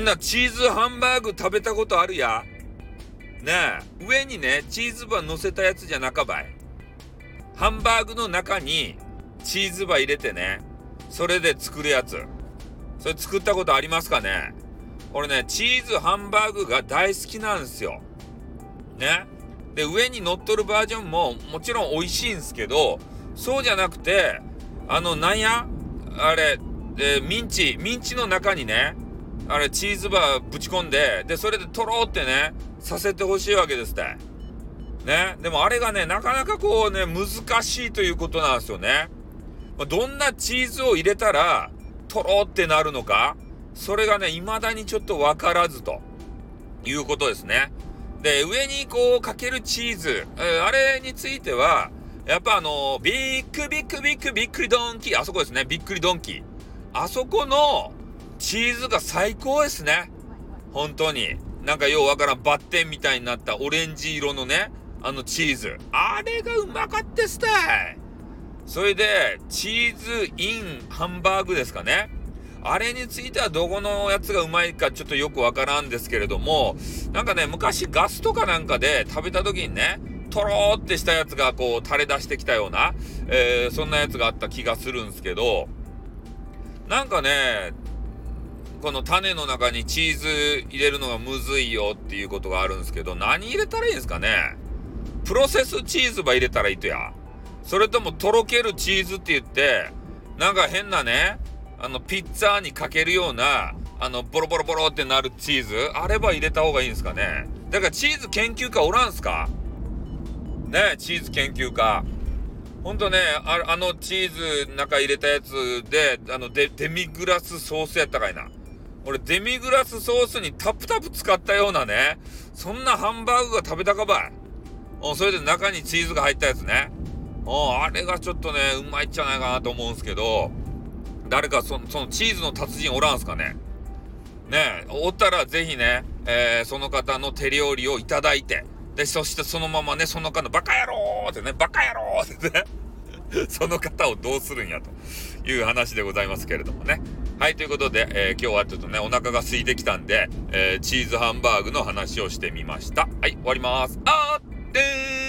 なチーズハンバーグ食べたことあるやねえ、上にねチーズバー乗せたやつじゃなかばい。ハンバーグの中にチーズバー入れてね、それで作るやつ、それ作ったことありますかね。俺ねチーズハンバーグが大好きなんですよね。で上に乗っとるバージョンももちろん美味しいんですけど、そうじゃなくてなんやあれ、ミンチの中にねあれチーズバーぶち込んで、でそれでとろってねさせてほしいわけですってね。でもあれがねなかなかこうね難しいということなんですよね。どんなチーズを入れたらとろってなるのか、それがね未だにちょっとわからずということですね。で上にこうかけるチーズ、あれについてはやっぱビックリドンキー、あそこですね、びっくりドンキー、あそこのチーズが最高ですね。本当になんかようわからんバッテンみたいになったオレンジ色のねチーズ、あれがうまかったっすたい。それでチーズインハンバーグですかね、あれについてはどこのやつがうまいかちょっとよくわからんですけれども、なんかね昔ガスとかなんかで食べた時にねとろーってしたやつがこう垂れ出してきたような、そんなやつがあった気がするんですけど、なんかねこの種の中にチーズ入れるのがむずいよっていうことがあるんですけど、何入れたらいいんですかね。プロセスチーズば入れたらいいとや、それともとろけるチーズって言ってなんか変なねピッツァにかけるようなボロボロボロってなるチーズあれば入れた方がいいんですかね。だからチーズ研究家おらんすかね。チーズ研究家ほんとね、チーズ中入れたやつでデミグラスソースやったかいな。俺デミグラスソースにタプタプ使ったようなね、そんなハンバーグが食べたかばい。それで中にチーズが入ったやつね。あれがちょっとねうまいんじゃないかなと思うんですけど、誰かそのチーズの達人おらんすかね。ねえおったらぜひね、その方の手料理をいただいて、でそしてそのままねその方のバカ野郎ってねバカ野郎ってねその方をどうするんやという話でございますけれどもね。はい、ということで、今日はちょっとねお腹が空いてきたんで、チーズハンバーグの話をしてみました。はい、終わります。あーってー